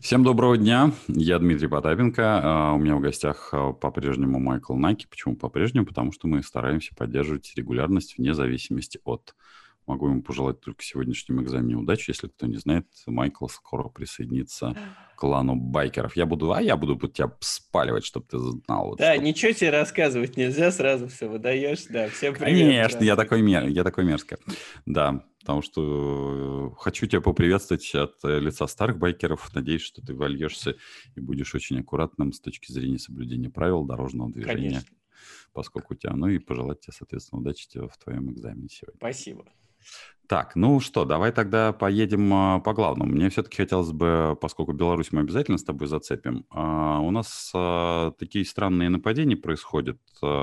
Всем доброго дня, я Дмитрий Потапенко, у меня в гостях по-прежнему Майкл Наки. Почему по-прежнему? Потому что мы стараемся поддерживать регулярность вне зависимости от. Могу ему пожелать только в сегодняшнем экзамене удачи. Если кто не знает, Майкл скоро присоединится к клану байкеров. Я буду тебя спаливать, чтобы ты знал. Вот, Да, чтоб... ничего тебе рассказывать нельзя, сразу все выдаешь. Да, всем привет Конечно, сразу. я такой мерзкий. Да, потому что хочу тебя поприветствовать от лица старых байкеров. Надеюсь, что ты вольешься и будешь очень аккуратным с точки зрения соблюдения правил дорожного движения, Конечно, поскольку у тебя, ну и пожелать тебе, соответственно, удачи тебе в твоем экзамене сегодня. спасибо. Так, ну что, давай тогда поедем по главному. Мне все-таки хотелось бы, поскольку Беларусь мы обязательно с тобой зацепим, у нас такие странные нападения происходят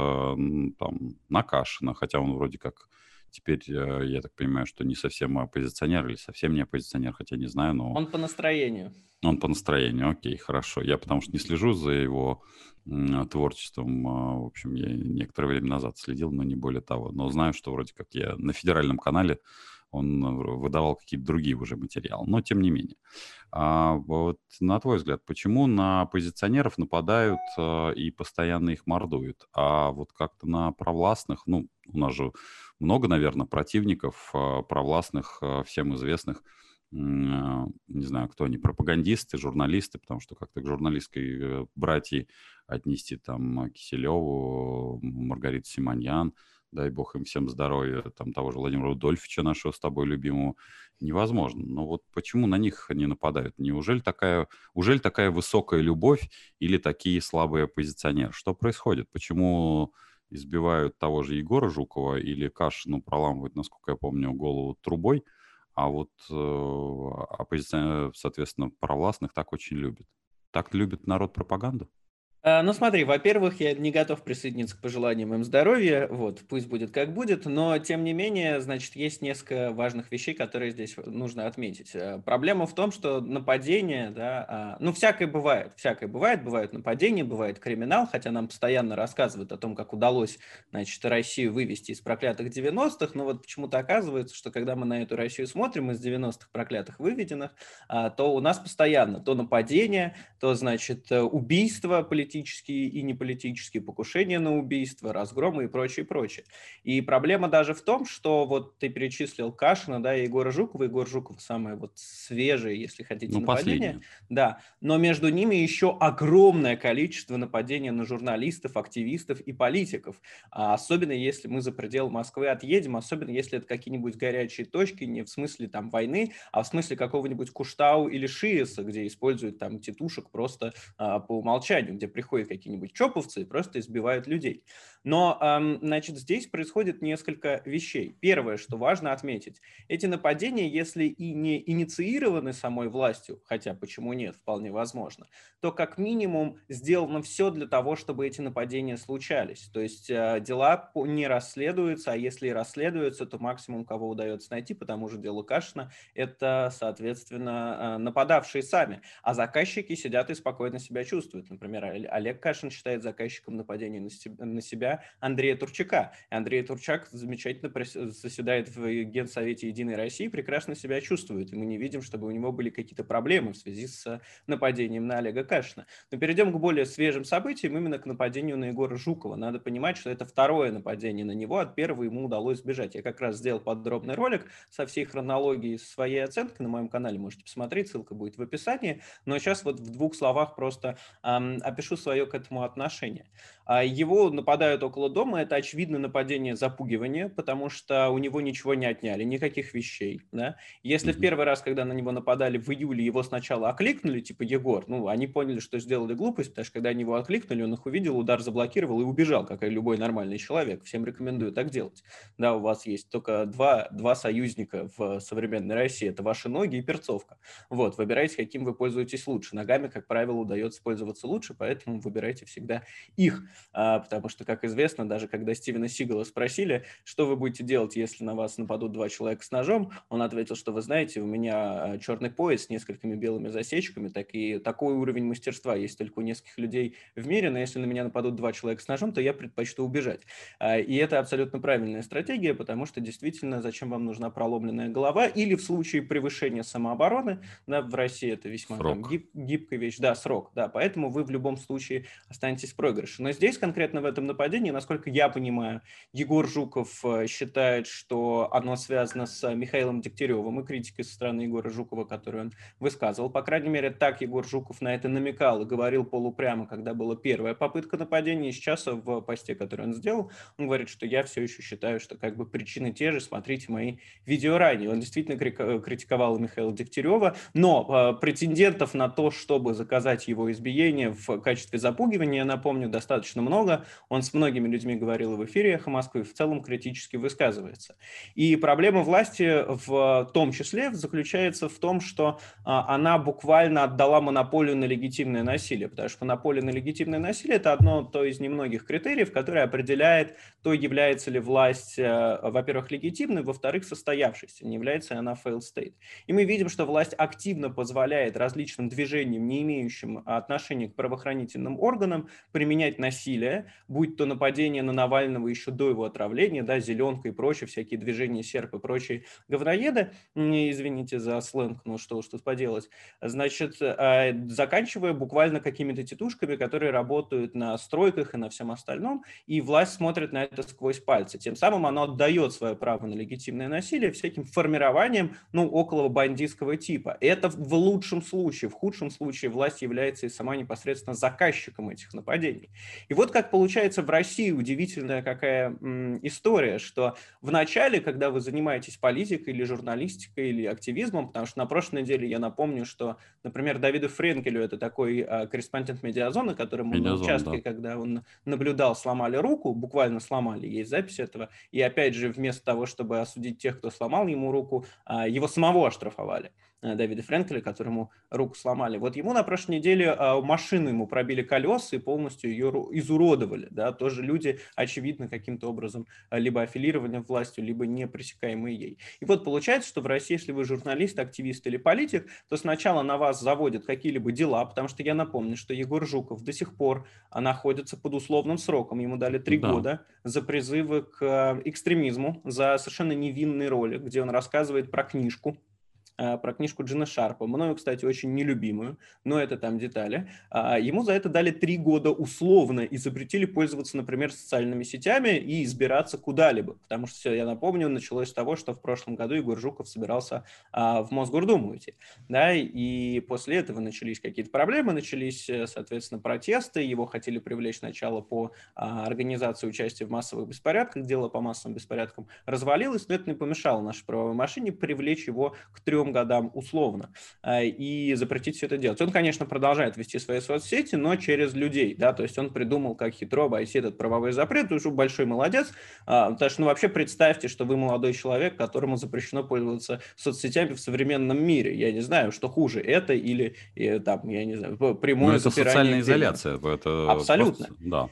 там на Кашина, хотя он вроде как теперь, я так понимаю, что не совсем оппозиционер или совсем не оппозиционер, хотя не знаю, но Он по настроению. он по настроению. Окей, хорошо. Я потому что не слежу за его творчеством. В общем, я некоторое время назад следил, но не более того. Но знаю, что вроде как я на федеральном канале он выдавал какие-то другие уже материалы. Но тем не менее. Вот на твой взгляд, почему на оппозиционеров нападают и постоянно их мордуют, а вот как-то на провластных, ну, у нас же много, наверное, противников провластных, всем известных, не знаю, кто они, пропагандисты, журналисты, потому что как-то к журналистской братьи отнести там Киселеву, Маргариту Симоньян, дай бог им всем здоровья, там того же Владимира Рудольфовича, нашего с тобой любимого, невозможно. Но вот почему на них не нападают? Ужель такая высокая любовь или такие слабые оппозиционеры? Что происходит? Почему избивают того же Егора Жукова или Кашину проламывают, насколько я помню, голову трубой, а вот оппозиционеров, соответственно, провластных так очень любят? Так любит народ пропаганду? Ну, смотри, во-первых, я не готов присоединиться к пожеланиям им здоровья, вот, пусть будет как будет, но, тем не менее, значит, есть несколько важных вещей, которые здесь нужно отметить. Проблема в том, что нападение, да, ну, всякое бывает, бывают нападения, бывает криминал, хотя нам постоянно рассказывают о том, как удалось, значит, Россию вывести из проклятых 90-х, но вот почему-то оказывается, что когда мы на эту Россию смотрим из 90-х проклятых выведенных, то у нас постоянно то нападение, то, значит, убийства политические и неполитические, покушения на убийство, разгромы и прочее, прочее. И проблема даже в том, что вот ты перечислил Кашина, да, и Егора Жукова. Егор Жуков самое вот свежее, если хотите, Ну, нападение, последнее. да, но между ними еще огромное количество нападений на журналистов, активистов и политиков, особенно если мы за пределы Москвы отъедем, особенно если это какие-нибудь горячие точки, не в смысле там войны, а в смысле какого-нибудь Куштау или Шиеса, где используют там тетушек просто по умолчанию, где приходят какие-нибудь чоповцы и просто избивают людей. Но, значит, здесь происходит несколько вещей. Первое, что важно отметить, эти нападения, если и не инициированы самой властью, хотя почему нет, вполне возможно, то как минимум сделано все для того, чтобы эти нападения случались. То есть дела не расследуются, а если и расследуются, то максимум, кого удается найти, по тому же делу Кашина, это, соответственно, нападавшие сами. А заказчики сидят и спокойно себя чувствуют. Например, Олег Кашин считает заказчиком нападения на себя Андрея Турчака. И Андрей Турчак замечательно заседает в Генсовете Единой России, прекрасно себя чувствует. И мы не видим, чтобы у него были какие-то проблемы в связи с нападением на Олега Кашина. Но перейдем к более свежим событиям, именно к нападению на Егора Жукова. Надо понимать, что это второе нападение на него, от первого ему удалось сбежать. Я как раз сделал подробный ролик со всей хронологией, своей оценкой на моем канале, можете посмотреть, ссылка будет в описании. Но сейчас вот в двух словах просто опишу свое к этому отношение. Его нападают около дома, это очевидно нападение запугивания, потому что у него ничего не отняли, никаких вещей. Да? Если в Мгм. первый раз, когда на него нападали в июле, его сначала окликнули, типа Егор, ну, они поняли, что сделали глупость, потому что когда они его окликнули, он их увидел, удар заблокировал и убежал, как и любой нормальный человек. Всем рекомендую так делать. Да, у вас есть только два союзника в современной России, это ваши ноги и перцовка. Вот, выбирайте, каким вы пользуетесь лучше. Ногами, как правило, удается пользоваться лучше, поэтому поэтому выбирайте всегда их. Потому что, как известно, даже когда Стивена Сигала спросили, что вы будете делать, если на вас нападут два человека с ножом, он ответил, что, вы знаете, у меня черный пояс с несколькими белыми засечками, такой уровень мастерства есть только у нескольких людей в мире, но если на меня нападут два человека с ножом, то я предпочту убежать. И это абсолютно правильная стратегия, потому что действительно, зачем вам нужна проломленная голова, или в случае превышения самообороны, да, в России это весьма там, гибкая вещь, да, срок, да, поэтому вы в любом случае останетесь в проигрыше. Но здесь конкретно в этом нападении, насколько я понимаю, Егор Жуков считает, что оно связано с Михаилом Дегтяревым и критикой со стороны Егора Жукова, которую он высказывал. По крайней мере, так Егор Жуков на это намекал и говорил полупрямо, когда была первая попытка нападения. И сейчас в посте, который он сделал, он говорит, что я все еще считаю, что как бы причины те же, смотрите мои видео ранее. Он действительно критиковал Михаила Дегтярева, но претендентов на то, чтобы заказать его избиение в качестве запугивания, я напомню, достаточно много. Он с многими людьми говорил в эфире «Эхо Москвы», и в целом критически высказывается. И проблема власти в том числе заключается в том, что она буквально отдала монополию на легитимное насилие, потому что монополия на легитимное насилие – это одно из немногих критериев, которое определяет, то является ли власть, во-первых, легитимной, во-вторых, состоявшейся, не является она failed state. И мы видим, что власть активно позволяет различным движениям, не имеющим отношения к правоохранительным органам, применять насилие, будь то нападение на Навального еще до его отравления, да, зеленка и прочее, всякие движения серп и прочие говноеды, извините за сленг, но что уж тут поделать, значит, заканчивая буквально какими-то тетушками, которые работают на стройках и на всем остальном, и власть смотрит на это сквозь пальцы. Тем самым она отдает свое право на легитимное насилие всяким формированием, около бандитского типа. Это в лучшем случае. В худшем случае власть является и сама непосредственно заказчиком этих нападений. И вот как получается в России удивительная какая история, что в начале, когда вы занимаетесь политикой или журналистикой или активизмом, потому что на прошлой неделе я напомню, что, например, Давиду Френкелю, это такой корреспондент «Медиазоны», которому на участке, да, когда он наблюдал, сломали руку, буквально сломали, есть запись этого, и опять же, вместо того, чтобы осудить тех, кто сломал ему руку, его самого оштрафовали. Давида Френкеля, которому руку сломали. Вот ему на прошлой неделе машину ему пробили колеса и полностью ее изуродовали. Да? Тоже люди, очевидно, каким-то образом либо аффилированы властью, либо не пресекаемые ей. И вот получается, что в России, если вы журналист, активист или политик, то сначала на вас заводят какие-либо дела, потому что я напомню, что Егор Жуков до сих пор находится под условным сроком. Ему дали 3 года за призывы к экстремизму, за совершенно невинные роли, где он рассказывает про книжку Джина Шарпа, мною, кстати, очень нелюбимую, но это там детали. Ему за это дали 3 года условно и запретили пользоваться, например, социальными сетями и избираться куда-либо, потому что, я напомню, началось с того, что в прошлом году Егор Жуков собирался в Мосгордуму идти, да, и после этого начались какие-то проблемы, начались, соответственно, протесты, его хотели привлечь сначала по организации участия в массовых беспорядках, дело по массовым беспорядкам развалилось, но это не помешало нашей правовой машине привлечь его к 3 годам условно и запретить все это делать. Он, конечно, продолжает вести свои соцсети, но через людей, да, то есть он придумал, как хитро обойти этот правовой запрет, уже большой молодец, потому что, вообще представьте, что вы молодой человек, которому запрещено пользоваться соцсетями в современном мире. Я не знаю, что хуже, это или там, я не знаю, прямое запирание. Это социальная изоляция. Это абсолютно. Просто, да.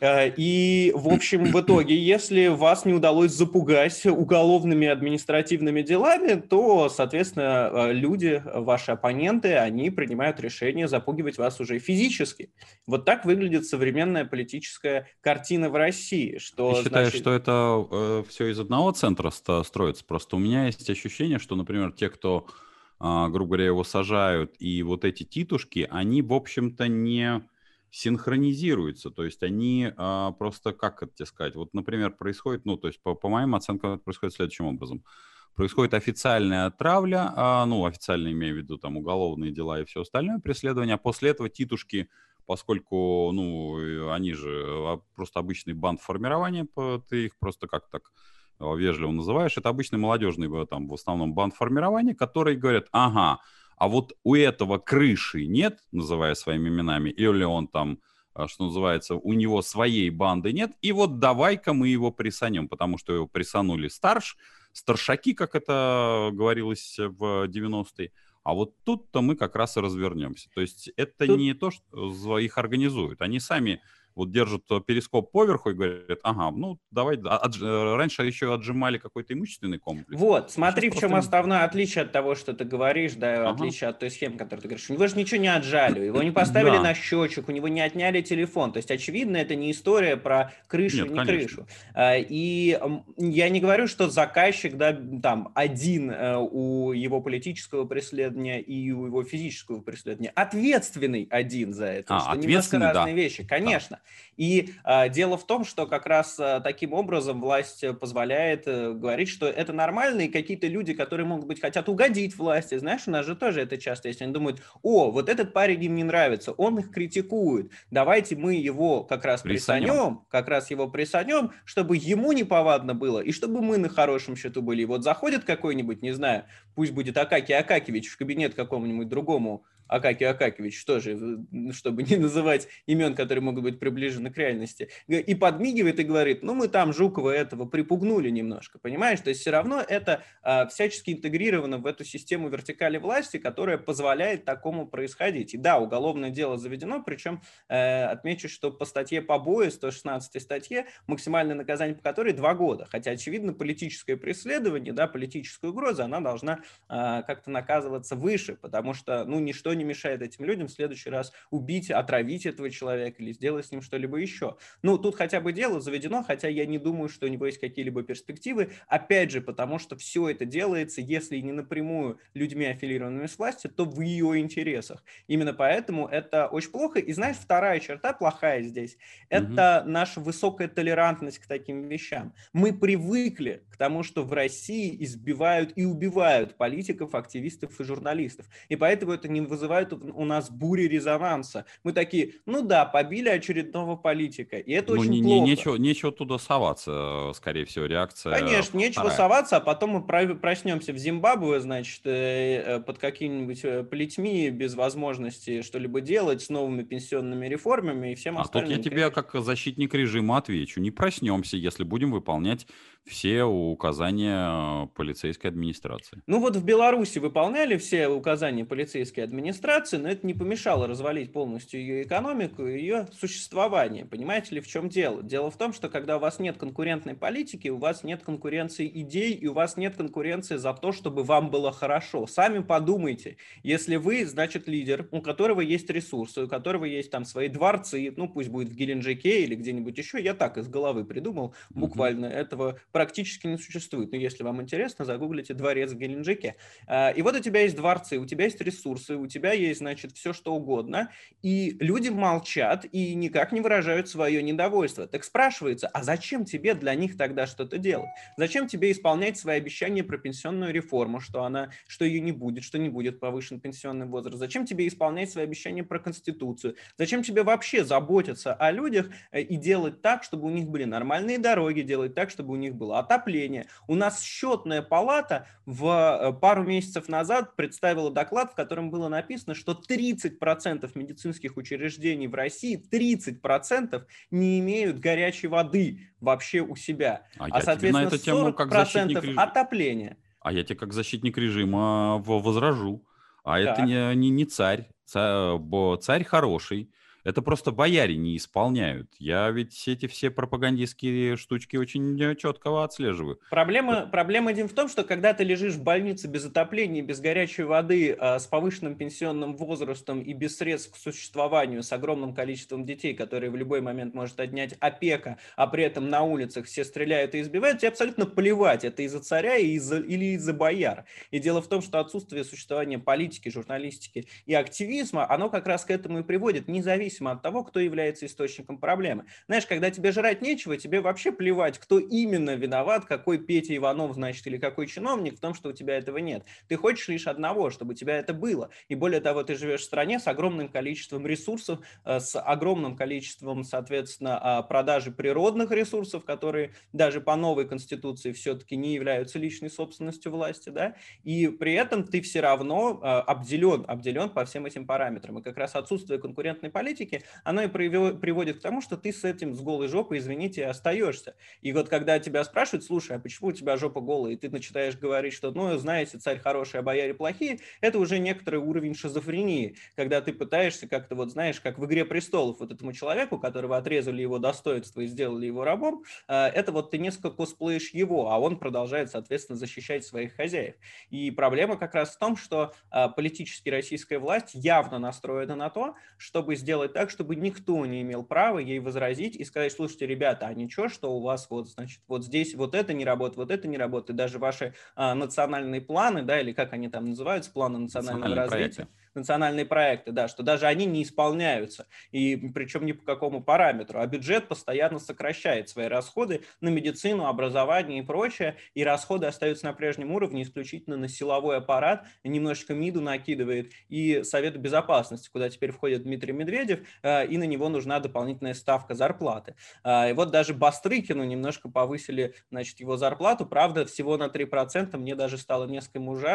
И, в общем, в итоге, если вас не удалось запугать уголовными административными делами, то, соответственно, люди, ваши оппоненты, они принимают решение запугивать вас уже физически. Вот так выглядит современная политическая картина в России. Что, я считаю, что это все из одного центра строится. Просто у меня есть ощущение, что, например, те, кто, грубо говоря, его сажают, и вот эти титушки, они, в общем-то, не синхронизируются, то есть они просто, как это тебе сказать, вот, например, происходит, то есть по моим оценкам это происходит следующим образом. Происходит официальная травля, официально имею в виду там уголовные дела и все остальное, преследование, а после этого титушки, поскольку, они же просто обычный банд формирования, ты их просто как так вежливо называешь, это обычный молодежный там в основном банд формирования, которые говорят, ага, а вот у этого крыши нет, называя своими именами, или он там, что называется, у него своей банды нет, и вот давай-ка мы его прессанем, потому что его прессанули старшаки, как это говорилось в 90-е, а вот тут-то мы как раз и развернемся. То есть это Тут не то, что их организуют. Они сами вот держат перископ поверху и говорят, ага, ну давай, раньше еще отжимали какой-то имущественный комплекс, Вот, а сейчас смотри, в чем просто... основное отличие от того, что ты говоришь, да, Ага, отличие от той схемы, которую ты говоришь. У него же ничего не отжали, его не поставили да, на счетчик, у него не отняли телефон. То есть, очевидно, это не история про крышу и нет, не конечно. крышу. И я не говорю, что заказчик, да, там, один у его политического преследования и у его физического преследования. Ответственный один за это, что немножко Ответственный, разные да, вещи, да. конечно. И дело в том, что как раз таким образом власть позволяет говорить, что это нормально, и какие-то люди, которые, могут быть, хотят угодить власти, знаешь, у нас же тоже это часто есть, они думают, о, вот этот парень им не нравится, он их критикует, давайте мы его Присанем. как раз его присанем, чтобы ему неповадно было, и чтобы мы на хорошем счету были. И вот заходит какой-нибудь, не знаю, пусть будет Акакий Акакевич в кабинет какому-нибудь другому Акакию Акакевич тоже, чтобы не называть имен, которые могут быть приближены к реальности, и подмигивает и говорит, ну мы там Жукова этого припугнули немножко, понимаешь? То есть все равно это всячески интегрировано в эту систему вертикали власти, которая позволяет такому происходить. И да, уголовное дело заведено, причем отмечу, что по статье побои, 116 статье, максимальное наказание по которой 2 года. Хотя, очевидно, политическое преследование, да, политическая угроза, она должна как-то наказываться выше, потому что, ну, ничто не мешает этим людям в следующий раз убить, отравить этого человека или сделать с ним что-либо еще. Ну, тут хотя бы дело заведено, хотя я не думаю, что у него есть какие-либо перспективы. Опять же, потому что все это делается, если не напрямую людьми, аффилированными с властью, то в ее интересах. Именно поэтому это очень плохо. И знаешь, вторая черта плохая здесь, Мгм. это наша высокая толерантность к таким вещам. Мы привыкли к тому, что в России избивают и убивают политиков, активистов и журналистов. И поэтому это не вызывает у нас бури резонанса. Мы такие, ну да, побили очередного политика, и это Ну, очень плохо. нечего туда соваться, скорее всего, реакция Конечно, нечего вторая. соваться, а потом мы проснемся в Зимбабве, значит, под какими-нибудь плетьми, без возможности что-либо делать, с новыми пенсионными реформами и всем А тут я остальным, тебе, конечно. как защитник режима, отвечу. Не проснемся, если будем выполнять все указания полицейской администрации. Ну вот в Беларуси выполняли все указания полицейской администрации, но это не помешало развалить полностью ее экономику и ее существование. Понимаете ли, в чем дело? Дело в том, что когда у вас нет конкурентной политики, у вас нет конкуренции идей, и у вас нет конкуренции за то, чтобы вам было хорошо. Сами подумайте, если вы, значит, лидер, у которого есть ресурсы, у которого есть там свои дворцы, ну пусть будет в Геленджике или где-нибудь еще, я так из головы придумал, Мгм. буквально этого практически не существует. Но если вам интересно, загуглите дворец в Геленджике. И вот у тебя есть дворцы, у тебя есть ресурсы, у тебя есть, значит, все что угодно, и люди молчат и никак не выражают свое недовольство. Так спрашивается, а зачем тебе для них тогда что-то делать? Зачем тебе исполнять свои обещания про пенсионную реформу, что ее не будет, что не будет повышен пенсионный возраст? Зачем тебе исполнять свои обещания про Конституцию? Зачем тебе вообще заботиться о людях и делать так, чтобы у них были нормальные дороги, делать так, чтобы у них было отопление? У нас счетная палата пару месяцев назад представила доклад, в котором было написано, что 30% медицинских учреждений в России, 30% не имеют горячей воды вообще у себя, А а, я тебе на соответственно, эту тему как защитник 40% режима, отопления. а я тебе как защитник режима возражу. А это Так. не царь. Царь хороший. Это просто бояре не исполняют. Я ведь эти все пропагандистские штучки очень четко отслеживаю. Проблема один в том, что когда ты лежишь в больнице без отопления, без горячей воды, с повышенным пенсионным возрастом и без средств к существованию, с огромным количеством детей, которые в любой момент может отнять опека, а при этом на улицах все стреляют и избивают, тебе абсолютно плевать, это из-за царя или из-за бояр. И дело в том, что отсутствие существования политики, журналистики и активизма, оно как раз к этому и приводит, независимо от того, кто является источником проблемы. Знаешь, когда тебе жрать нечего, тебе вообще плевать, кто именно виноват, какой Петя Иванов, значит, или какой чиновник в том, что у тебя этого нет. Ты хочешь лишь одного, чтобы у тебя это было. И более того, ты живешь в стране с огромным количеством ресурсов, с огромным количеством, соответственно, продажи природных ресурсов, которые даже по новой конституции все-таки не являются личной собственностью власти, да, и при этом ты все равно обделен по всем этим параметрам. И как раз отсутствие конкурентной политики политики, оно и приводит к тому, что ты с этим с голой жопой, извините, остаешься. И вот когда тебя спрашивают, слушай, а почему у тебя жопа голая, и ты начинаешь говорить, что, ну, знаете, царь хороший, а бояре плохие, это уже некоторый уровень шизофрении, когда ты пытаешься как-то, вот знаешь, как в «Игре престолов», вот этому человеку, которого отрезали его достоинство и сделали его рабом, это вот ты несколько косплеишь его, а он продолжает, соответственно, защищать своих хозяев. И проблема как раз в том, что политически российская власть явно настроена на то, чтобы сделать так, чтобы никто не имел права ей возразить и сказать, слушайте, ребята, а ничего, что у вас вот, значит, вот здесь вот это не работает, вот это не работает, даже ваши национальные планы, да, или как они там называются, планы национального развития, национальные проекты, да, что даже они не исполняются, и причем ни по какому параметру, а бюджет постоянно сокращает свои расходы на медицину, образование и прочее, и расходы остаются на прежнем уровне исключительно на силовой аппарат, немножечко МИДу накидывает, и Совет Безопасности, куда теперь входит Дмитрий Медведев, и на него нужна дополнительная ставка зарплаты. И вот даже Бастрыкину немножко повысили, значит, его зарплату, правда, всего на 3%, мне даже стало несколько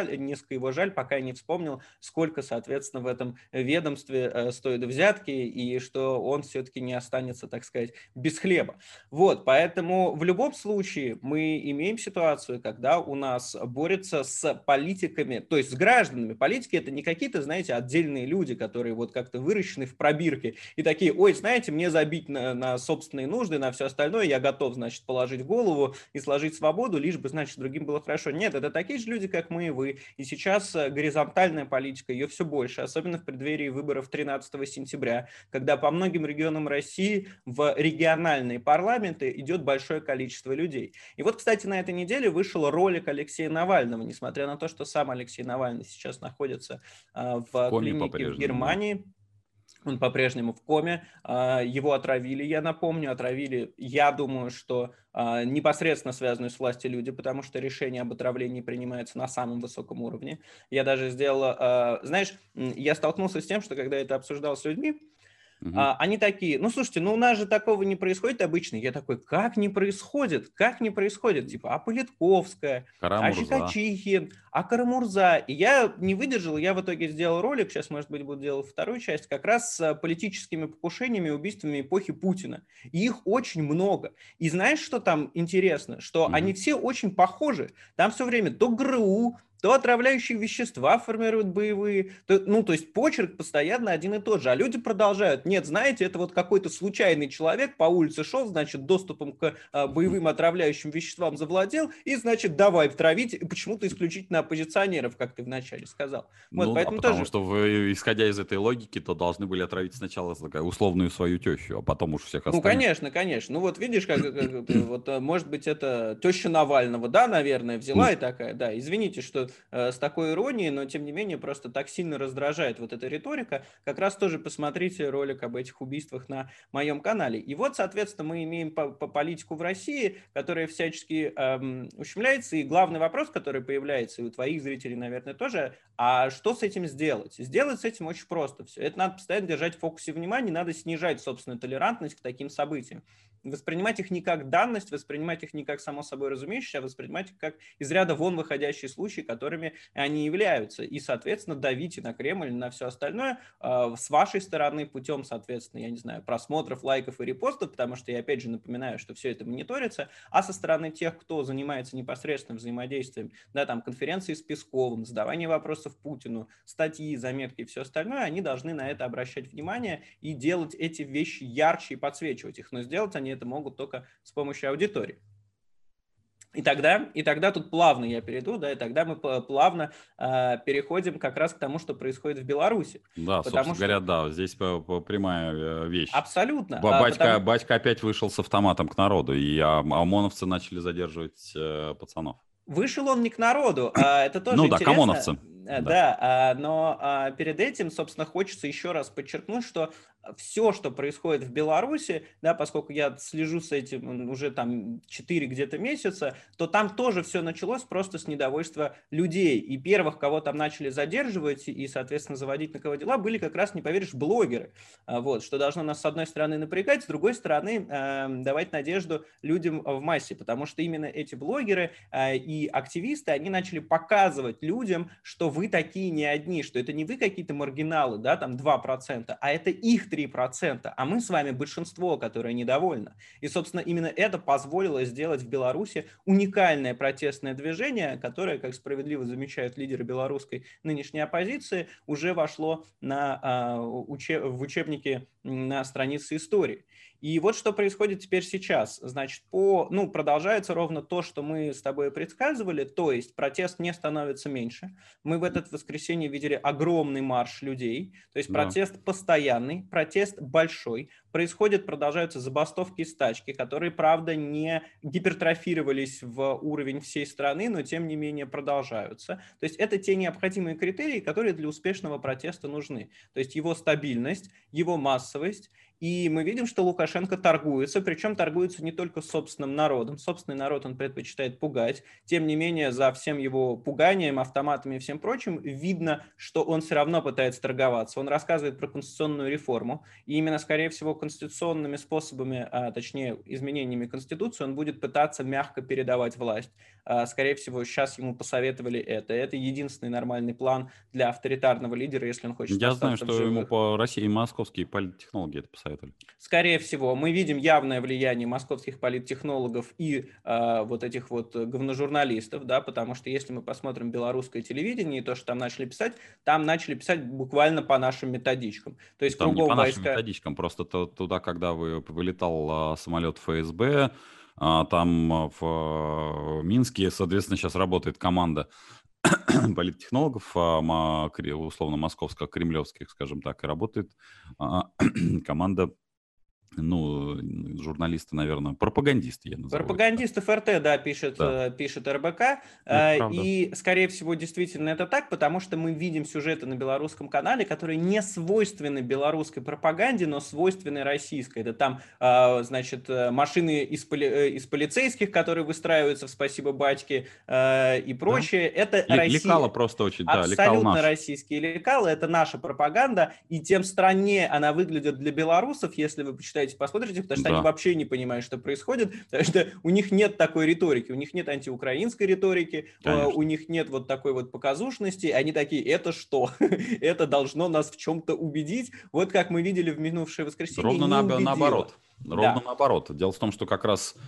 его жаль, пока я не вспомнил, сколько, соответственно, в этом ведомстве стоят взятки, и что он все-таки не останется, так сказать, без хлеба. Вот, поэтому в любом случае мы имеем ситуацию, когда у нас борются с политиками, то есть с гражданами. Политики — это не какие-то, знаете, отдельные люди, которые вот как-то выращены в пробирке и такие, ой, знаете, мне забить на собственные нужды, на все остальное, я готов, значит, положить голову и сложить свободу, лишь бы, значит, другим было хорошо. Нет, это такие же люди, как мы и вы. И сейчас горизонтальная политика, ее все больше, особенно в преддверии выборов 13 сентября, когда по многим регионам России в региональные парламенты идет большое количество людей. И вот, кстати, на этой неделе вышел ролик Алексея Навального, несмотря на то, что сам Алексей Навальный сейчас находится в клинике в Германии. Да. Он по-прежнему в коме, его отравили, я напомню, отравили, я думаю, что непосредственно связанные с властью люди, потому что решение об отравлении принимается на самом высоком уровне. Я даже сделал, знаешь, я столкнулся с тем, что когда это обсуждал с людьми, они такие, ну, слушайте, ну, у нас же такого не происходит обычно. Я такой, как не происходит? Как не происходит? Типа, а Политковская, а Щекочихин, а Карамурза. И я не выдержал, я в итоге сделал ролик, сейчас, может быть, буду делать вторую часть, как раз с политическими покушениями, убийствами эпохи Путина. И их очень много. И знаешь, что там интересно? Что они все очень похожи. Там все время то ГРУ, то отравляющие вещества формируют боевые, то есть почерк постоянно один и тот же, а люди продолжают. Нет, знаете, это вот какой-то случайный человек по улице шел, значит, доступом к боевым отравляющим веществам завладел, и, значит, давай травить почему-то исключительно оппозиционеров, как ты вначале сказал. Вот, ну поэтому да, потому тоже... что вы, исходя из этой логики, то должны были отравить сначала условную свою тещу, а потом уж всех остальных. Ну, конечно, конечно. Ну, вот видишь, как вот, может быть, это теща Навального, да, наверное, взяла и такая, да, извините, что с такой иронией, но, тем не менее, просто так сильно раздражает вот эта риторика. Как раз тоже посмотрите ролик об этих убийствах на моем канале. И вот, соответственно, мы имеем политику в России, которая всячески ущемляется, и главный вопрос, который появляется, и у твоих зрителей, наверное, тоже, а что с этим сделать? Сделать с этим очень просто все. Это надо постоянно держать в фокусе внимания, надо снижать собственную толерантность к таким событиям. Воспринимать их не как данность, воспринимать их не как само собой разумеющееся, а воспринимать их как из ряда вон выходящие случаи, которыми они являются. И, соответственно, давите на Кремль, на все остальное с вашей стороны путем, соответственно, я не знаю, просмотров, лайков и репостов, потому что я, опять же, напоминаю, что все это мониторится, а со стороны тех, кто занимается непосредственным взаимодействием, да, там, конференции с Песковым, задавание вопросов Путину, статьи, заметки и все остальное, они должны на это обращать внимание и делать эти вещи ярче и подсвечивать их. Но сделать они это могут только с помощью аудитории. И тогда тут плавно я перейду, да, и тогда мы плавно переходим как раз к тому, что происходит в Беларуси. Да, собственно говоря, да, здесь прямая вещь. Абсолютно. Батька опять вышел с автоматом к народу, и ОМОНовцы начали задерживать пацанов. Вышел он не к народу, это тоже ну да, интересно. ОМОНовцы. Да, но перед этим, собственно, хочется еще раз подчеркнуть, что все, что происходит в Беларуси, да, поскольку я слежу с этим уже там 4 где-то месяца, то там тоже все началось просто с недовольства людей. И первых, кого там начали задерживать и, соответственно, заводить на кого дела, были как раз, не поверишь, блогеры. Вот, что должно нас, с одной стороны, напрягать, с другой стороны, давать надежду людям в массе, потому что именно эти блогеры и активисты, они начали показывать людям, что вы такие не одни, что это не вы какие-то маргиналы, да, там 2%, а это их 3%, а мы с вами большинство, которое недовольно. И, собственно, именно это позволило сделать в Беларуси уникальное протестное движение, которое, как справедливо замечают лидеры белорусской нынешней оппозиции, уже вошло в учебники на странице истории. И вот что происходит теперь сейчас. Значит, продолжается ровно то, что мы с тобой предсказывали, то есть протест не становится меньше. Мы в это воскресенье видели огромный марш людей, то есть Да. протест постоянный, протест большой. Продолжаются забастовки и стачки, которые, правда, не гипертрофировались в уровень всей страны, но тем не менее продолжаются. То есть это те необходимые критерии, которые для успешного протеста нужны. То есть его стабильность, его массовость. И мы видим, что Лукашенко торгуется, причем торгуется не только с собственным народом. Собственный народ он предпочитает пугать. Тем не менее, за всем его пуганием, автоматами и всем прочим, видно, что он все равно пытается торговаться. Он рассказывает про конституционную реформу. И именно, скорее всего, конституционными способами, точнее, изменениями Конституции, он будет пытаться мягко передавать власть. Скорее всего, сейчас ему посоветовали это. Это единственный нормальный план для авторитарного лидера, если он хочет Я знаю, остаться в что ему живых. по России московские политтехнологи это посоветовали. Скорее всего, мы видим явное влияние московских политтехнологов и вот этих вот говножурналистов, да, потому что если мы посмотрим белорусское телевидение и то, что там начали писать буквально по нашим методичкам. То есть Там не кругом по нашим войска... методичкам, просто туда, когда вылетал самолет ФСБ, там в Минске, соответственно, сейчас работает команда политтехнологов, условно московско-кремлевских, скажем так, и работает команда, журналисты, наверное, пропагандисты, я назову это. Пропагандистов РТ, да, пишет Да, РБК. это правда. И, скорее всего, действительно это так, потому что мы видим сюжеты на белорусском канале, которые не свойственны белорусской пропаганде, но свойственны российской. Это там, значит, машины из полицейских, которые выстраиваются в «Спасибо, батьки» и прочее. Да. Это Россия. Лекала просто очень, да, лекал Абсолютно наш. российские лекалы, это наша пропаганда, и тем страннее она выглядит для белорусов, если вы почитаете, посмотрите, потому что они вообще не понимают, что происходит, потому что у них нет такой риторики, у них нет антиукраинской риторики, у них нет вот такой вот показушности, они такие, это что? Это должно нас в чем-то убедить, вот как мы видели в минувшее воскресенье. Ровно наоборот. Ровно наоборот. Дело в том, что как раз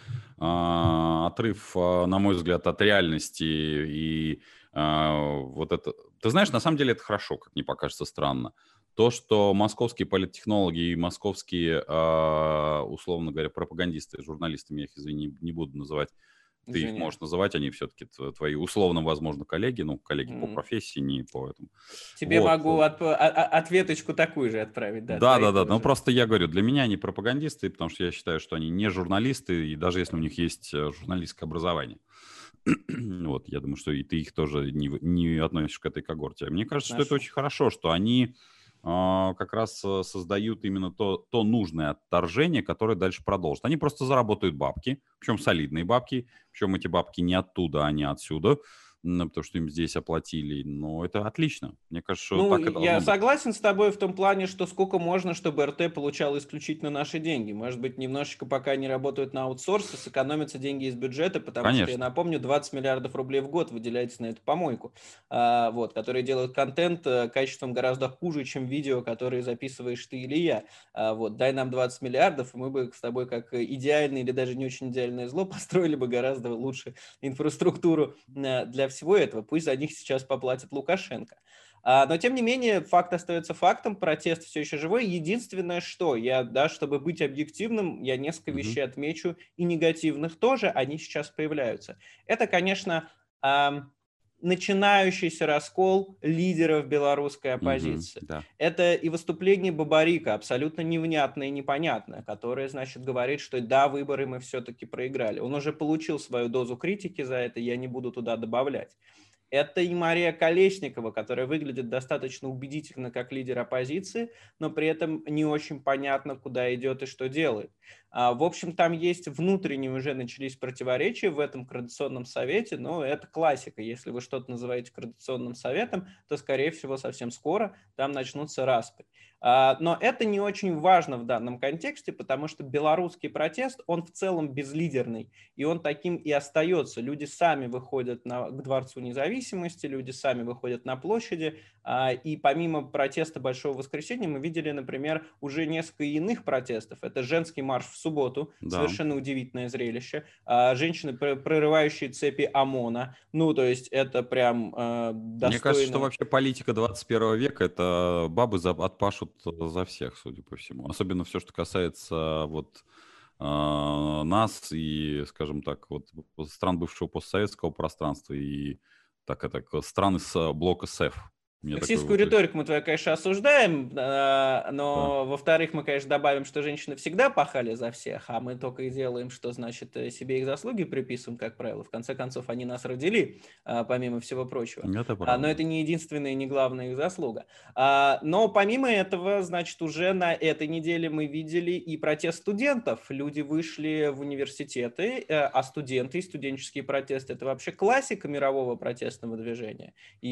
отрыв, на мой взгляд, от реальности и вот это... Ты знаешь, на самом деле это хорошо, как мне покажется странно. То, что московские политтехнологи и московские, условно говоря, пропагандисты, журналистами, я их, извини, не буду называть, ты их можешь называть, они все-таки твои условно, возможно, коллеги, коллеги по профессии, не по этому. Тебе могу ответочку такую же отправить. Да. Но просто я говорю, для меня они пропагандисты, потому что я считаю, что они не журналисты, и даже если у них есть журналистское образование. Вот, я думаю, что и ты их тоже не относишь к этой когорте. Мне кажется, что это очень хорошо, что они как раз создают именно то нужное отторжение, которое дальше продолжит. Они просто заработают бабки, причем солидные бабки, причем эти бабки не оттуда, а не отсюда, потому что им здесь оплатили. Но это отлично. Мне кажется, что так это я согласен с тобой в том плане, что сколько можно, чтобы РТ получал исключительно наши деньги. Может быть, немножечко пока они работают на аутсорсе, сэкономятся деньги из бюджета, потому что, я напомню, 20 миллиардов рублей в год выделяется на эту помойку, которые делают контент качеством гораздо хуже, чем видео, которые записываешь ты или я. Дай нам 20 миллиардов, и мы бы с тобой как идеальное или даже не очень идеальное зло построили бы гораздо лучше инфраструктуру для всего этого. Пусть за них сейчас поплатит Лукашенко. Но, тем не менее, факт остается фактом, протест все еще живой. Единственное, что чтобы быть объективным, я несколько вещей отмечу, и негативных тоже, они сейчас появляются. Это, конечно, начинающийся раскол лидеров белорусской оппозиции. Это и выступление Бабарика, абсолютно невнятное и непонятное, которое, значит, говорит, что да, выборы мы все-таки проиграли. Он уже получил свою дозу критики за это, я не буду туда добавлять. Это и Мария Колесникова, которая выглядит достаточно убедительно как лидер оппозиции, но при этом не очень понятно, куда идет и что делает. В общем, там есть внутренние уже начались противоречия в этом Координационном совете, но это классика. Если вы что-то называете Координационным советом, то, скорее всего, совсем скоро там начнутся распри. Но это не очень важно в данном контексте, потому что белорусский протест, он в целом безлидерный, и он таким и остается. Люди сами выходят к Дворцу Независимости, люди сами выходят на площади, и помимо протеста Большого Воскресенья мы видели, например, уже несколько иных протестов. Это женский марш в субботу, Да. совершенно удивительное зрелище. Женщины, прорывающие цепи ОМОНа. Ну, то есть это прям достойно. Мне кажется, что вообще политика 21 века — это бабы отпашут за всех, судя по всему. Особенно все, что касается вот нас и, скажем так, вот стран бывшего постсоветского пространства и стран из блока СЭФ. Сексистскую риторику мы твою, конечно, осуждаем, но, Да. во-вторых, мы, конечно, добавим, что женщины всегда пахали за всех, а мы только и делаем, что, значит, себе их заслуги приписываем, как правило. В конце концов, они нас родили, помимо всего прочего. Это правда. Но это не единственная и не главная их заслуга. Но помимо этого, значит, уже на этой неделе мы видели и протест студентов. Люди вышли в университеты, а студенты и студенческие протесты – это вообще классика мирового протестного движения.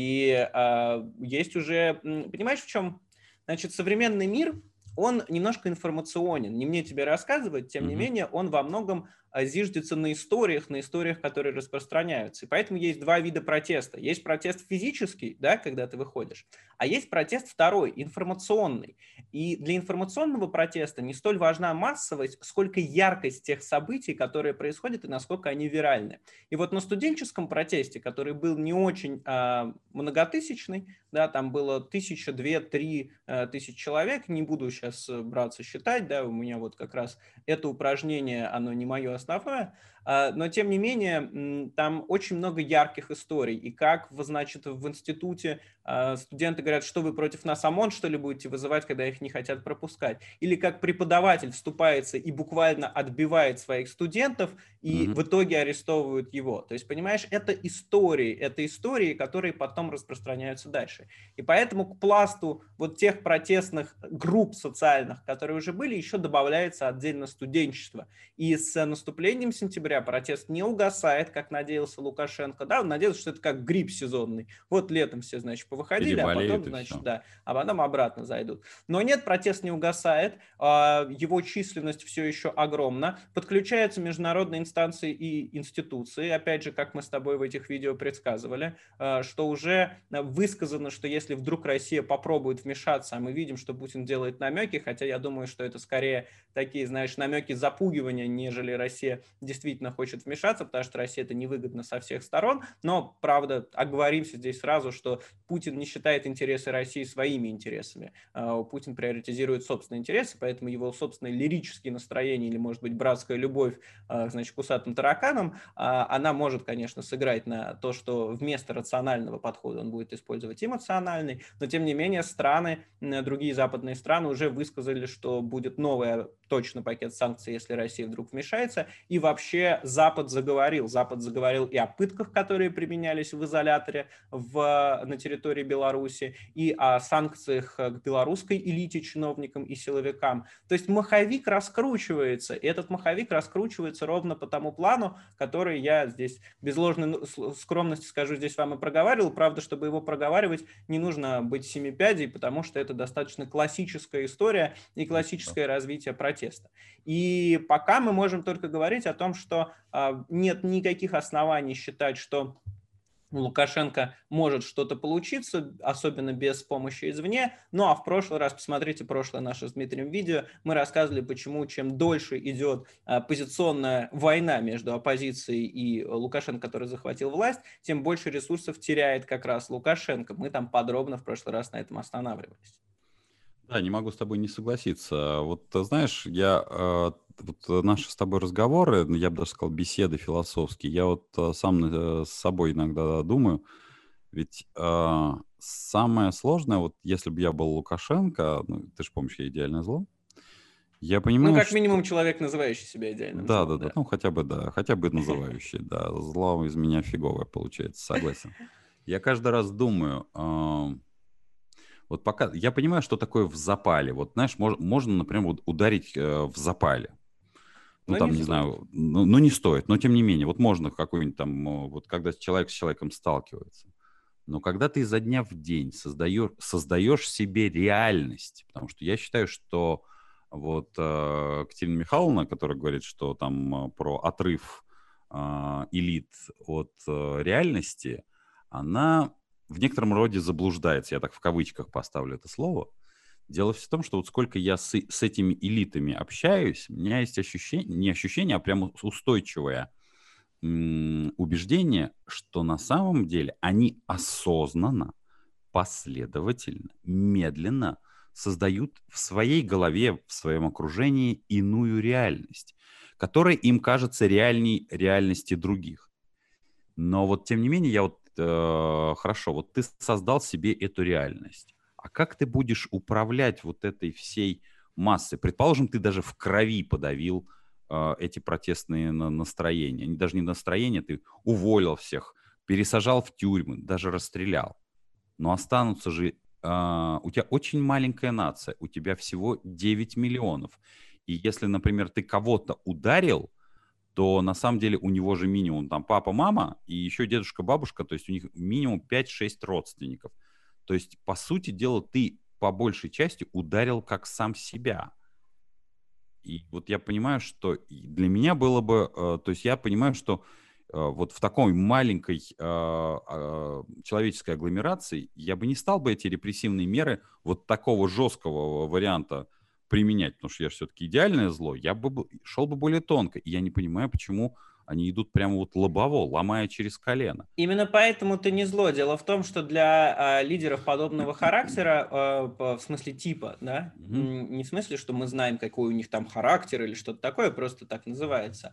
И есть уже, понимаешь, в чем? Значит, современный мир, он немножко информационен. Не мне тебе рассказывать, тем не менее, он во многом зиждется на историях, которые распространяются. И поэтому есть два вида протеста. Есть протест физический, да, когда ты выходишь, а есть протест второй, информационный. И для информационного протеста не столь важна массовость, сколько яркость тех событий, которые происходят и насколько они виральны. И вот на студенческом протесте, который был не очень многотысячный, да, там было 1000, 2, 3 тысяч человек, не буду сейчас браться считать, да, у меня вот как раз это упражнение, оно не мое основное, но тем не менее там очень много ярких историй, и как, значит, в институте студенты говорят, что вы против нас ОМОН, что ли, будете вызывать, когда их не хотят пропускать, или как преподаватель вступается и буквально отбивает своих студентов, и в итоге арестовывают его. То есть, понимаешь, это истории, которые потом распространяются дальше. И поэтому к пласту вот тех протестных групп социальных, которые уже были, еще добавляется отдельно студенчество. И с наступлением сентября протест не угасает, как надеялся Лукашенко. Да, он надеялся, что это как грипп сезонный. Вот летом все, значит, повыходили, а потом, значит, да, а потом обратно зайдут. Но нет, протест не угасает, его численность все еще огромна. Подключаются международные инстанции и институции. Опять же, как мы с тобой в этих видео предсказывали, что уже высказано, что если вдруг Россия попробует вмешаться, а мы видим, что Путин делает намеки, хотя я думаю, что это скорее такие, знаешь, намеки запугивания, нежели Россия действительно хочет вмешаться, потому что Россия это невыгодно со всех сторон. Но, правда, оговоримся здесь сразу, что Путин не считает интересы России своими интересами. Путин приоритизирует собственные интересы, поэтому его собственные лирические настроения или, может быть, братская любовь, значит, к усатым тараканам, она может, конечно, сыграть на то, что вместо рационального подхода он будет использовать эмоциональный, но, тем не менее, другие западные страны уже высказали, что будет новый точно пакет санкций, если Россия вдруг вмешается, и вообще Запад заговорил и о пытках, которые применялись в изоляторе на территории Беларуси, и о санкциях к белорусской элите, чиновникам и силовикам. То есть маховик раскручивается, и этот маховик раскручивается ровно по тому плану, который я здесь без ложной скромности скажу, здесь вам и проговаривал. Правда, чтобы его проговаривать, не нужно быть семипядей, потому что это достаточно классическая история и классическое развитие протеста. И пока мы можем только говорить о том, что нет никаких оснований считать, что у Лукашенко может что-то получиться, особенно без помощи извне. Ну а в прошлый раз, посмотрите прошлое наше с Дмитрием видео, мы рассказывали, почему чем дольше идет позиционная война между оппозицией и Лукашенко, который захватил власть, тем больше ресурсов теряет как раз Лукашенко. Мы там подробно в прошлый раз на этом останавливались. Да, не могу с тобой не согласиться. Вот ты знаешь, вот наши с тобой разговоры, я бы даже сказал, беседы философские, я вот сам с собой иногда думаю, ведь самое сложное, вот если бы я был Лукашенко, ну, ты же помнишь, я идеальное зло, я понимаю, как минимум человек, называющий себя идеальным злом. Да, ну хотя бы называющий, да, зло из меня фиговое получается, согласен. Я каждый раз думаю... Вот пока я понимаю, что такое в запале. Вот, знаешь, можно, например, ударить в запале. Ну, Но там, не не стоит. знаю, ну, не стоит. Но, тем не менее, вот можно какой-нибудь там, вот когда человек с человеком сталкивается. Но когда ты изо дня в день создаешь себе реальность, потому что я считаю, что вот Катерина Михайловна, которая говорит, что там про отрыв элит от реальности, она в некотором роде заблуждается. Я так в кавычках поставлю это слово. Дело все в том, что вот сколько я с этими элитами общаюсь, у меня есть ощущение, не ощущение, а прямо устойчивое убеждение, что на самом деле они осознанно, последовательно, медленно создают в своей голове, в своем окружении иную реальность, которая им кажется реальней реальности других. Но вот тем не менее, я вот хорошо, вот ты создал себе эту реальность. А как ты будешь управлять вот этой всей массой? Предположим, ты даже в крови подавил эти протестные настроения. Даже не настроения, ты уволил всех, пересажал в тюрьмы, даже расстрелял. Но останутся же... у тебя очень маленькая нация, у тебя всего 9 миллионов. И если, например, ты кого-то ударил, то на самом деле у него же минимум там папа, мама и еще дедушка, бабушка, то есть у них минимум 5-6 родственников. То есть, по сути дела, ты по большей части ударил как сам себя. И вот я понимаю, что для меня было бы, то есть я понимаю, что вот в такой маленькой человеческой агломерации я бы не стал бы эти репрессивные меры вот такого жесткого варианта применять, потому что я же все-таки идеальное зло, я бы шел бы более тонко. И я не понимаю, почему они идут прямо вот лобово, ломая через колено. Именно поэтому ты не зло. Дело в том, что для лидеров подобного характера, в смысле типа, да, Мгм. не в смысле, что мы знаем, какой у них там характер или что-то такое, просто так называется,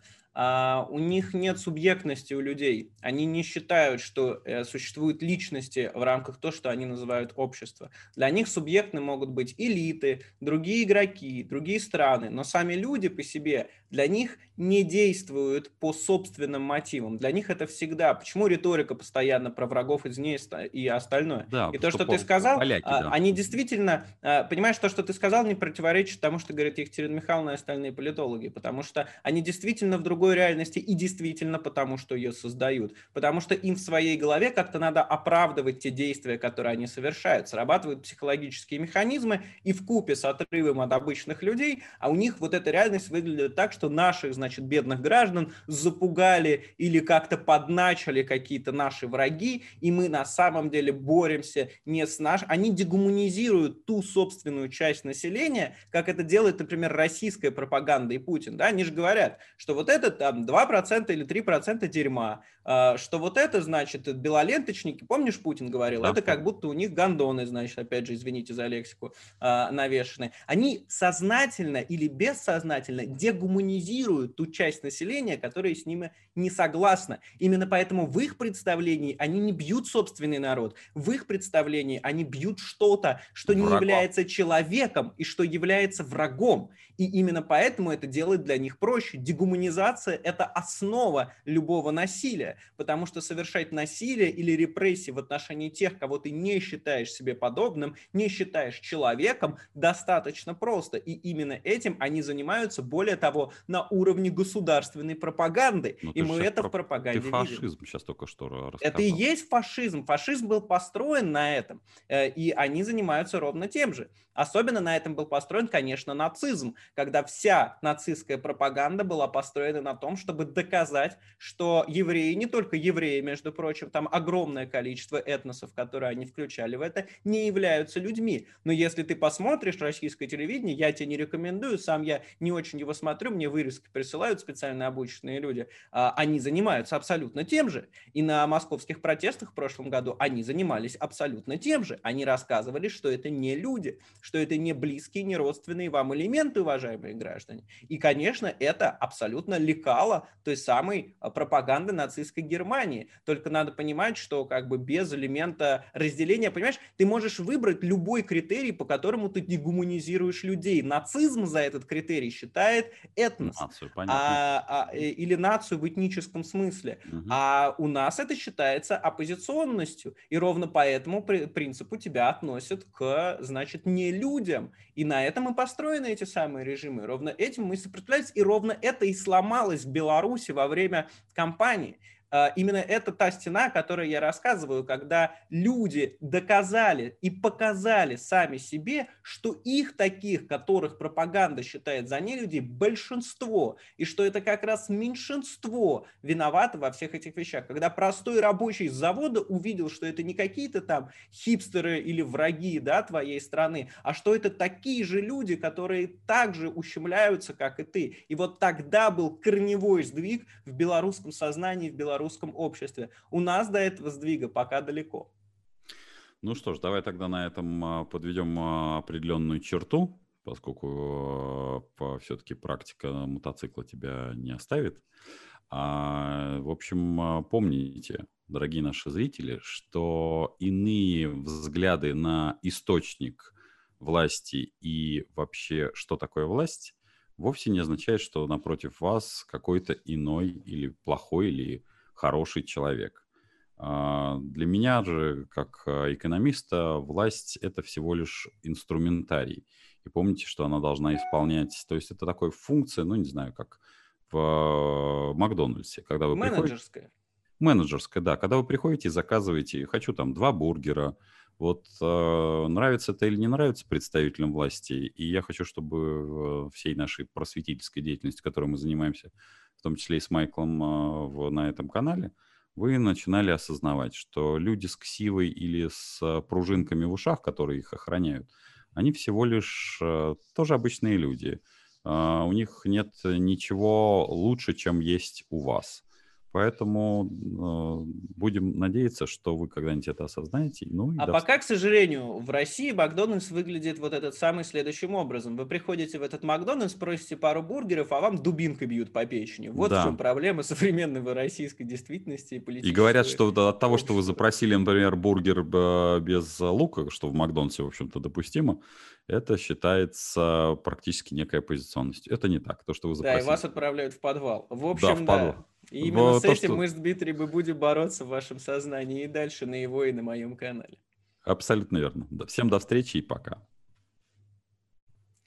у них нет субъектности у людей. Они не считают, что существуют личности в рамках того, что они называют общество. Для них субъектны могут быть элиты, другие игроки, другие страны, но сами люди по себе для них не действуют по собственным мотивам. Для них это всегда... Почему риторика постоянно про врагов извне и остальное? Да, И то, что что ты сказал, поляки, да. они действительно... Понимаешь, то, что ты сказал, не противоречит тому, что говорит Екатерина Михайловна и остальные политологи, потому что они действительно в другой реальности и действительно потому, что ее создают. Потому что им в своей голове как-то надо оправдывать те действия, которые они совершают. Срабатывают психологические механизмы, и вкупе с отрывом от обычных людей, а у них вот эта реальность выглядит так, что наших, значит, бедных граждан запугали или как-то подначили какие-то наши враги, и мы на самом деле боремся не с нашей... Они дегуманизируют ту собственную часть населения, как это делает, например, российская пропаганда и Путин. Да? Они же говорят, что вот это там 2% или 3% дерьма, что вот это, значит, белоленточники, помнишь, Путин говорил, Да, это как помню. будто у них гондоны, значит, опять же, извините за лексику, навешаны. Они сознательно или бессознательно дегуманизируют ту часть населения, которая с ними не согласна. Именно поэтому в их представлении они не бьют собственный народ. В их представлении они бьют что-то, что не Врагов. является человеком и что является врагом. И именно поэтому это делает для них проще. Дегуманизация – это основа любого насилия, потому что совершать насилие или репрессии в отношении тех, кого ты не считаешь себе подобным, не считаешь человеком, достаточно просто. И именно этим они занимаются, более того, на уровне государственной пропаганды. Ну, И ты же мы сейчас это в ты пропаганде видим. фашизм сейчас только что Это и рассказал. есть фашизм. Фашизм был построен на этом, и они занимаются ровно тем же. Особенно на этом был построен, конечно, нацизм, когда вся нацистская пропаганда была построена на том, чтобы доказать, что евреи, не только евреи, между прочим, там огромное количество этносов, которые они включали в это, не являются людьми. Но если ты посмотришь российское телевидение, я тебе не рекомендую, сам я не очень его смотрю, мне вырезки присылают специально обученные люди, они занимаются абсолютно тем же. И на московских протестах в прошлом году они занимались абсолютно тем же. Они рассказывали, что это не люди, что это не близкие, не родственные вам элементы, уважаемые граждане. И, конечно, это абсолютно лекало той самой пропаганды нацистской Германии. Только надо понимать, что как бы без элемента разделения, понимаешь, ты можешь выбрать любой критерий, по которому ты дегуманизируешь людей. Нацизм за этот критерий считает этнос. Нацию, понятное дело. Или дискриминацию в этническом смысле. Мгм. А у нас это считается оппозиционностью. И ровно по этому принципу тебя относят к, значит, не людям. И на этом и построены эти самые режимы. Ровно этим мы сопротивляемся. И ровно это и сломалось в Беларуси во время кампании. Именно это та стена, о которой я рассказываю, когда люди доказали и показали сами себе, что их таких, которых пропаганда считает за нелюдей, большинство, и что это как раз меньшинство виновато во всех этих вещах. Когда простой рабочий с завода увидел, что это не какие-то там хипстеры или враги, да, твоей страны, а что это такие же люди, которые также ущемляются, как и ты. И вот тогда был корневой сдвиг в белорусском сознании, в белорусском обществе. У нас до этого сдвига пока далеко. Ну что ж, давай тогда на этом подведем определенную черту, поскольку все-таки практика мотоцикла тебя не оставит. В общем, помните, дорогие наши зрители, что иные взгляды на источник власти и вообще, что такое власть, вовсе не означает, что напротив вас какой-то иной или плохой, или хороший человек. Для меня же, как экономиста, власть – это всего лишь инструментарий. И помните, что она должна исполнять, то есть это такая функция, ну, не знаю, как в Макдональдсе, когда вы приходите. Менеджерская. Менеджерская, да. Когда вы приходите и заказываете, хочу там 2 бургера, вот нравится это или не нравится представителям власти, и я хочу, чтобы всей нашей просветительской деятельностью, которой мы занимаемся, в том числе и с Майклом на этом канале, вы начинали осознавать, что люди с ксивой или с пружинками в ушах, которые их охраняют, они всего лишь тоже обычные люди. У них нет ничего лучше, чем есть у вас. Поэтому будем надеяться, что вы когда-нибудь это осознаете. Ну, и А пока, к сожалению, в России Макдональдс выглядит вот этот самый следующим образом. Вы приходите в этот Макдональдс, просите пару бургеров, а вам дубинкой бьют по печени. Вот в чем Да. проблема современной российской действительности и И политического говорят, что от того, что вы общества. запросили, например, бургер без лука, что в Макдональдсе, в общем-то, допустимо, это считается практически некой оппозиционностью. Это не так. То, что вы Да, и вас запросили. отправляют в подвал. В Да, в общем, подвал. да. И именно с То, этим что мы с Дмитрием и будем бороться в вашем сознании и дальше на его и на моем канале. абсолютно верно. Да. Всем до встречи и пока.